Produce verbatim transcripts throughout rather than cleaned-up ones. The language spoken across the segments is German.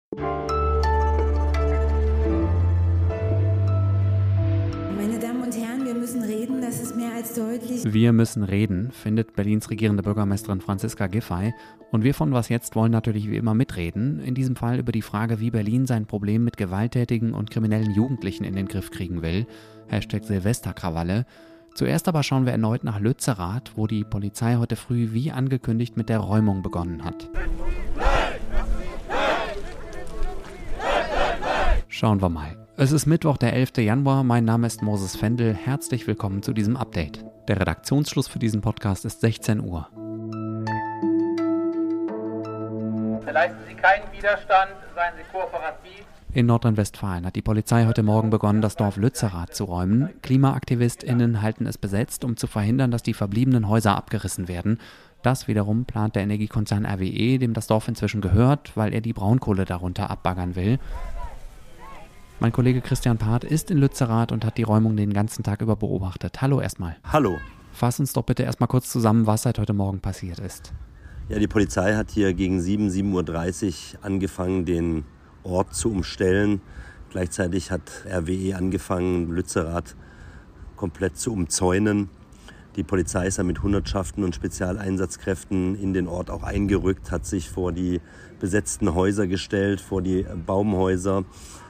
Meine Damen und Herren, wir müssen reden, das ist mehr als deutlich. Wir müssen reden, findet Berlins regierende Bürgermeisterin Franziska Giffey. Und wir von Was Jetzt wollen natürlich wie immer mitreden. In diesem Fall über die Frage, wie Berlin sein Problem mit gewalttätigen und kriminellen Jugendlichen in den Griff kriegen will. Hashtag Silvesterkrawalle. Zuerst aber schauen wir erneut nach Lützerath, wo die Polizei heute früh wie angekündigt mit der Räumung begonnen hat. Schauen wir mal. Es ist Mittwoch, der elfter Januar. Mein Name ist Moses Fendel. Herzlich willkommen zu diesem Update. Der Redaktionsschluss für diesen Podcast ist sechzehn Uhr. Leisten Sie keinen Widerstand, seien Sie kooperativ. In Nordrhein-Westfalen hat die Polizei heute Morgen begonnen, das Dorf Lützerath zu räumen. KlimaaktivistInnen halten es besetzt, um zu verhindern, dass die verbliebenen Häuser abgerissen werden. Das wiederum plant der Energiekonzern R W E, dem das Dorf inzwischen gehört, weil er die Braunkohle darunter abbaggern will. Mein Kollege Christian Part ist in Lützerath und hat die Räumung den ganzen Tag über beobachtet. Hallo erstmal. Hallo. Fass uns doch bitte erstmal kurz zusammen, was seit heute Morgen passiert ist. Ja, die Polizei hat hier gegen sieben, sieben Uhr dreißig angefangen, den Ort zu umstellen. Gleichzeitig hat R W E angefangen, Lützerath komplett zu umzäunen. Die Polizei ist ja mit Hundertschaften und Spezialeinsatzkräften in den Ort auch eingerückt, hat sich vor die besetzten Häuser gestellt, vor die Baumhäuser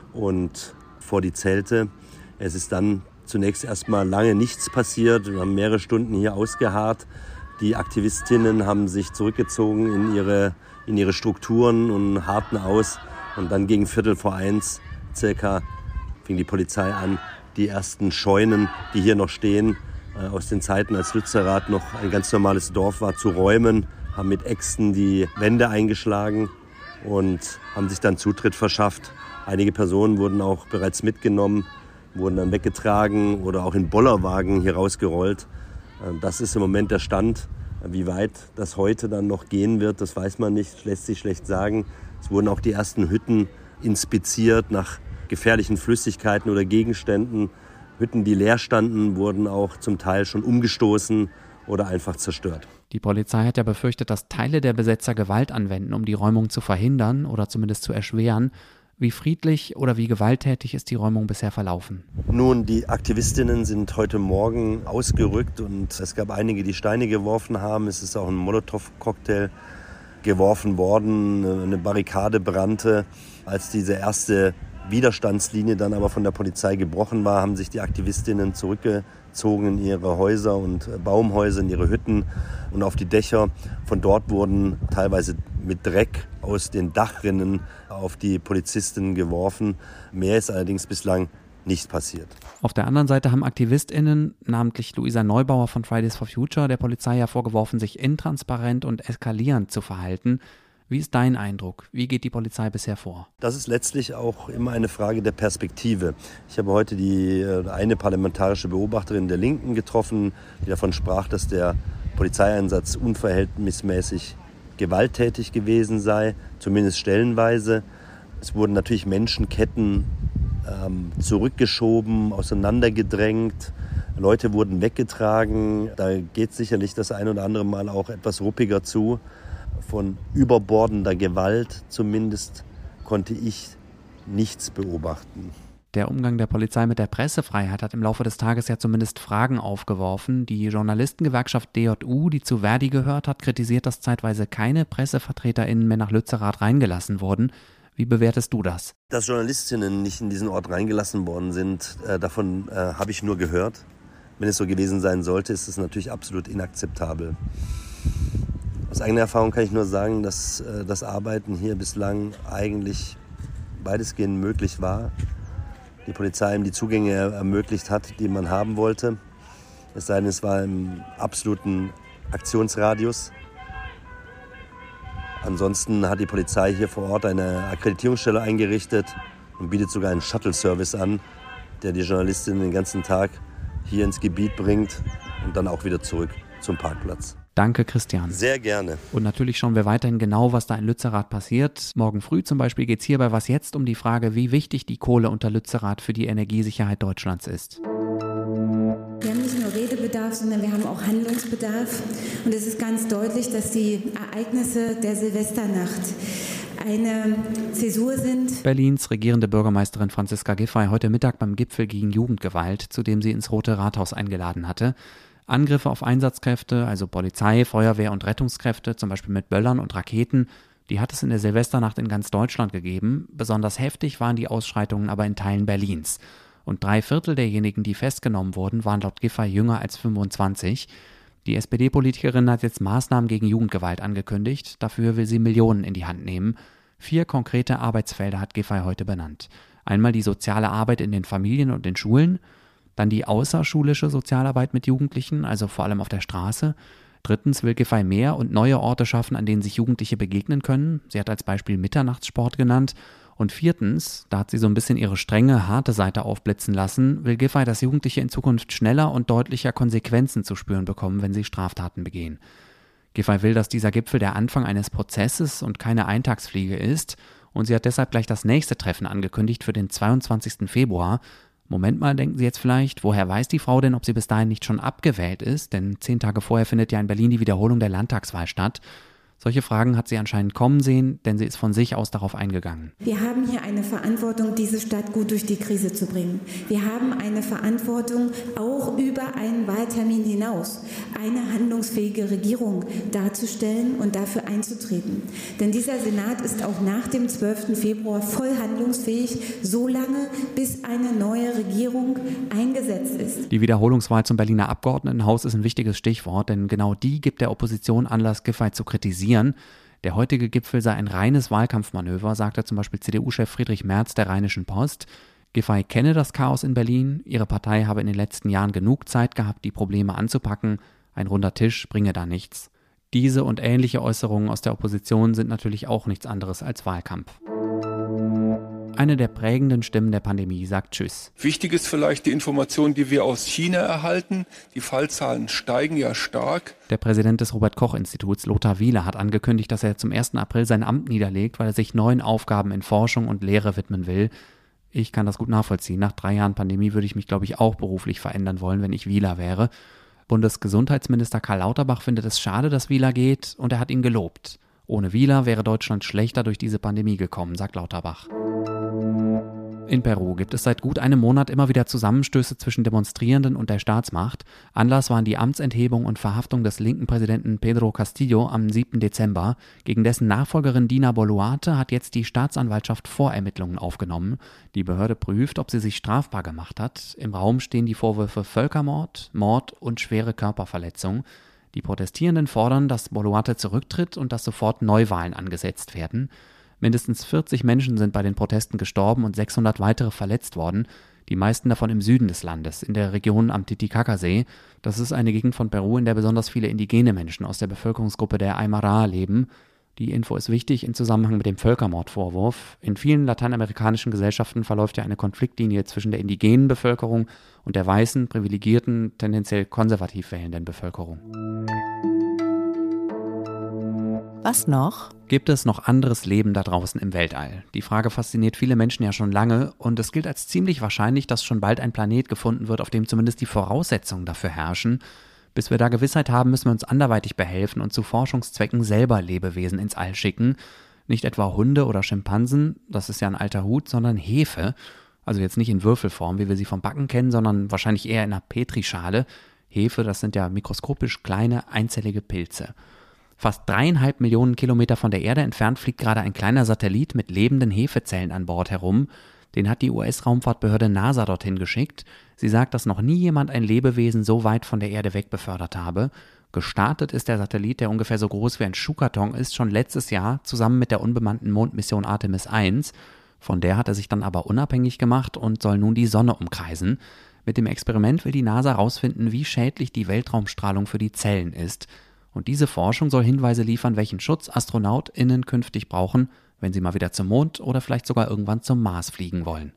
und vor die Zelte. Es ist dann zunächst erstmal lange nichts passiert. Wir haben mehrere Stunden hier ausgeharrt. Die Aktivistinnen haben sich zurückgezogen in ihre, in ihre Strukturen und harrten aus. Und dann gegen Viertel vor eins circa fing die Polizei an, die ersten Scheunen, die hier noch stehen, aus den Zeiten, als Lützerath noch ein ganz normales Dorf war, zu räumen, haben mit Äxten die Wände eingeschlagen und haben sich dann Zutritt verschafft. Einige Personen wurden auch bereits mitgenommen, wurden dann weggetragen oder auch in Bollerwagen hier rausgerollt. Das ist im Moment der Stand. Wie weit das heute dann noch gehen wird, das weiß man nicht, lässt sich schlecht sagen. Es wurden auch die ersten Hütten inspiziert nach gefährlichen Flüssigkeiten oder Gegenständen. Hütten, die leer standen, wurden auch zum Teil schon umgestoßen oder einfach zerstört. Die Polizei hat ja befürchtet, dass Teile der Besetzer Gewalt anwenden, um die Räumung zu verhindern oder zumindest zu erschweren. Wie friedlich oder wie gewalttätig ist die Räumung bisher verlaufen? Nun, die Aktivistinnen sind heute Morgen ausgerückt und es gab einige, die Steine geworfen haben. Es ist auch ein Molotow-Cocktail geworfen worden, eine Barrikade brannte. Als diese erste Widerstandslinie dann aber von der Polizei gebrochen war, haben sich die Aktivistinnen zurückgezogen in ihre Häuser und Baumhäuser, in ihre Hütten und auf die Dächer. Von dort wurden teilweise mit Dreck aus den Dachrinnen auf die Polizistinnen geworfen. Mehr ist allerdings bislang nicht passiert. Auf der anderen Seite haben AktivistInnen, namentlich Luisa Neubauer von Fridays for Future, der Polizei ja vorgeworfen, sich intransparent und eskalierend zu verhalten. Wie ist dein Eindruck? Wie geht die Polizei bisher vor? Das ist letztlich auch immer eine Frage der Perspektive. Ich habe heute die eine parlamentarische Beobachterin der Linken getroffen, die davon sprach, dass der Polizeieinsatz unverhältnismäßig gewalttätig gewesen sei, zumindest stellenweise. Es wurden natürlich Menschenketten ähm, zurückgeschoben, auseinandergedrängt. Leute wurden weggetragen. Da geht sicherlich das ein oder andere Mal auch etwas ruppiger zu. Von überbordender Gewalt zumindest konnte ich nichts beobachten. Der Umgang der Polizei mit der Pressefreiheit hat im Laufe des Tages ja zumindest Fragen aufgeworfen. Die Journalistengewerkschaft D J U, die zu Verdi gehört, hat kritisiert, dass zeitweise keine PressevertreterInnen mehr nach Lützerath reingelassen wurden. Wie bewertest du das? Dass Journalistinnen nicht in diesen Ort reingelassen worden sind, äh, davon äh, habe ich nur gehört. Wenn es so gewesen sein sollte, ist es natürlich absolut inakzeptabel. Aus eigener Erfahrung kann ich nur sagen, dass äh, das Arbeiten hier bislang eigentlich weitestgehend möglich war. Die Polizei ihm die Zugänge ermöglicht hat, die man haben wollte. Es sei denn, es war im absoluten Aktionsradius. Ansonsten hat die Polizei hier vor Ort eine Akkreditierungsstelle eingerichtet und bietet sogar einen Shuttle-Service an, der die Journalistinnen den ganzen Tag hier ins Gebiet bringt und dann auch wieder zurück zum Parkplatz. Danke, Christian. Sehr gerne. Und natürlich schauen wir weiterhin genau, was da in Lützerath passiert. Morgen früh zum Beispiel geht es hier bei Was Jetzt um die Frage, wie wichtig die Kohle unter Lützerath für die Energiesicherheit Deutschlands ist. Wir haben nicht nur Redebedarf, sondern wir haben auch Handlungsbedarf. Und es ist ganz deutlich, dass die Ereignisse der Silvesternacht eine Zäsur sind. Berlins regierende Bürgermeisterin Franziska Giffey heute Mittag beim Gipfel gegen Jugendgewalt, zu dem sie ins Rote Rathaus eingeladen hatte. Angriffe auf Einsatzkräfte, also Polizei, Feuerwehr und Rettungskräfte, zum Beispiel mit Böllern und Raketen, die hat es in der Silvesternacht in ganz Deutschland gegeben. Besonders heftig waren die Ausschreitungen aber in Teilen Berlins. Und drei Viertel derjenigen, die festgenommen wurden, waren laut Giffey jünger als fünfundzwanzig. Die S P D-Politikerin hat jetzt Maßnahmen gegen Jugendgewalt angekündigt. Dafür will sie Millionen in die Hand nehmen. Vier konkrete Arbeitsfelder hat Giffey heute benannt. Einmal die soziale Arbeit in den Familien und den Schulen, dann die außerschulische Sozialarbeit mit Jugendlichen, also vor allem auf der Straße. Drittens will Giffey mehr und neue Orte schaffen, an denen sich Jugendliche begegnen können. Sie hat als Beispiel Mitternachtssport genannt. Und viertens, da hat sie so ein bisschen ihre strenge, harte Seite aufblitzen lassen, will Giffey, dass Jugendliche in Zukunft schneller und deutlicher Konsequenzen zu spüren bekommen, wenn sie Straftaten begehen. Giffey will, dass dieser Gipfel der Anfang eines Prozesses und keine Eintagsfliege ist. Und sie hat deshalb gleich das nächste Treffen angekündigt für den zweiundzwanzigsten Februar. Moment mal, denken Sie jetzt vielleicht, woher weiß die Frau denn, ob sie bis dahin nicht schon abgewählt ist? Denn zehn Tage vorher findet ja in Berlin die Wiederholung der Landtagswahl statt. Solche Fragen hat sie anscheinend kommen sehen, denn sie ist von sich aus darauf eingegangen. Wir haben hier eine Verantwortung, diese Stadt gut durch die Krise zu bringen. Wir haben eine Verantwortung, auch über einen Wahltermin hinaus eine handlungsfähige Regierung darzustellen und dafür einzutreten. Denn dieser Senat ist auch nach dem zwölften Februar voll handlungsfähig, so lange, bis eine neue Regierung eingesetzt ist. Die Wiederholungswahl zum Berliner Abgeordnetenhaus ist ein wichtiges Stichwort, denn genau die gibt der Opposition Anlass, Giffey zu kritisieren. Der heutige Gipfel sei ein reines Wahlkampfmanöver, sagte zum Beispiel C D U-Chef Friedrich Merz der Rheinischen Post. Giffey kenne das Chaos in Berlin, ihre Partei habe in den letzten Jahren genug Zeit gehabt, die Probleme anzupacken. Ein runder Tisch bringe da nichts. Diese und ähnliche Äußerungen aus der Opposition sind natürlich auch nichts anderes als Wahlkampf. Eine der prägenden Stimmen der Pandemie sagt Tschüss. Wichtig ist vielleicht die Information, die wir aus China erhalten. Die Fallzahlen steigen ja stark. Der Präsident des Robert-Koch-Instituts, Lothar Wieler, hat angekündigt, dass er zum ersten April sein Amt niederlegt, weil er sich neuen Aufgaben in Forschung und Lehre widmen will. Ich kann das gut nachvollziehen. Nach drei Jahren Pandemie würde ich mich, glaube ich, auch beruflich verändern wollen, wenn ich Wieler wäre. Bundesgesundheitsminister Karl Lauterbach findet es schade, dass Wieler geht, und er hat ihn gelobt. Ohne Wieler wäre Deutschland schlechter durch diese Pandemie gekommen, sagt Lauterbach. In Peru gibt es seit gut einem Monat immer wieder Zusammenstöße zwischen Demonstrierenden und der Staatsmacht. Anlass waren die Amtsenthebung und Verhaftung des linken Präsidenten Pedro Castillo am siebten Dezember. Gegen dessen Nachfolgerin Dina Boluarte hat jetzt die Staatsanwaltschaft Vorermittlungen aufgenommen. Die Behörde prüft, ob sie sich strafbar gemacht hat. Im Raum stehen die Vorwürfe Völkermord, Mord und schwere Körperverletzung. Die Protestierenden fordern, dass Boluarte zurücktritt und dass sofort Neuwahlen angesetzt werden. Mindestens vierzig Menschen sind bei den Protesten gestorben und sechshundert weitere verletzt worden, die meisten davon im Süden des Landes, in der Region am Titicacasee. Das ist eine Gegend von Peru, in der besonders viele indigene Menschen aus der Bevölkerungsgruppe der Aymara leben. Die Info ist wichtig im Zusammenhang mit dem Völkermordvorwurf. In vielen lateinamerikanischen Gesellschaften verläuft ja eine Konfliktlinie zwischen der indigenen Bevölkerung und der weißen, privilegierten, tendenziell konservativ wählenden Bevölkerung. Was noch? Gibt es noch anderes Leben da draußen im Weltall? Die Frage fasziniert viele Menschen ja schon lange, und es gilt als ziemlich wahrscheinlich, dass schon bald ein Planet gefunden wird, auf dem zumindest die Voraussetzungen dafür herrschen. Bis wir da Gewissheit haben, müssen wir uns anderweitig behelfen und zu Forschungszwecken selber Lebewesen ins All schicken. Nicht etwa Hunde oder Schimpansen, das ist ja ein alter Hut, sondern Hefe. Also jetzt nicht in Würfelform, wie wir sie vom Backen kennen, sondern wahrscheinlich eher in einer Petrischale. Hefe, das sind ja mikroskopisch kleine, einzellige Pilze. Fast dreieinhalb Millionen Kilometer von der Erde entfernt fliegt gerade ein kleiner Satellit mit lebenden Hefezellen an Bord herum. Den hat die U S-Raumfahrtbehörde NASA dorthin geschickt. Sie sagt, dass noch nie jemand ein Lebewesen so weit von der Erde weg befördert habe. Gestartet ist der Satellit, der ungefähr so groß wie ein Schuhkarton ist, schon letztes Jahr zusammen mit der unbemannten Mondmission Artemis eins. Von der hat er sich dann aber unabhängig gemacht und soll nun die Sonne umkreisen. Mit dem Experiment will die NASA herausfinden, wie schädlich die Weltraumstrahlung für die Zellen ist. Und diese Forschung soll Hinweise liefern, welchen Schutz AstronautInnen künftig brauchen, wenn sie mal wieder zum Mond oder vielleicht sogar irgendwann zum Mars fliegen wollen.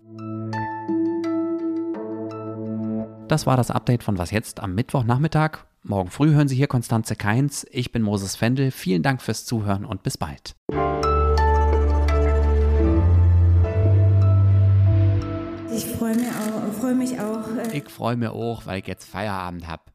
Das war das Update von Was Jetzt am Mittwochnachmittag. Morgen früh hören Sie hier Konstanze Kainz. Ich bin Moses Fendel. Vielen Dank fürs Zuhören und bis bald. Ich freue mich auch. Freu mich auch äh ich freue mich auch, weil ich jetzt Feierabend habe.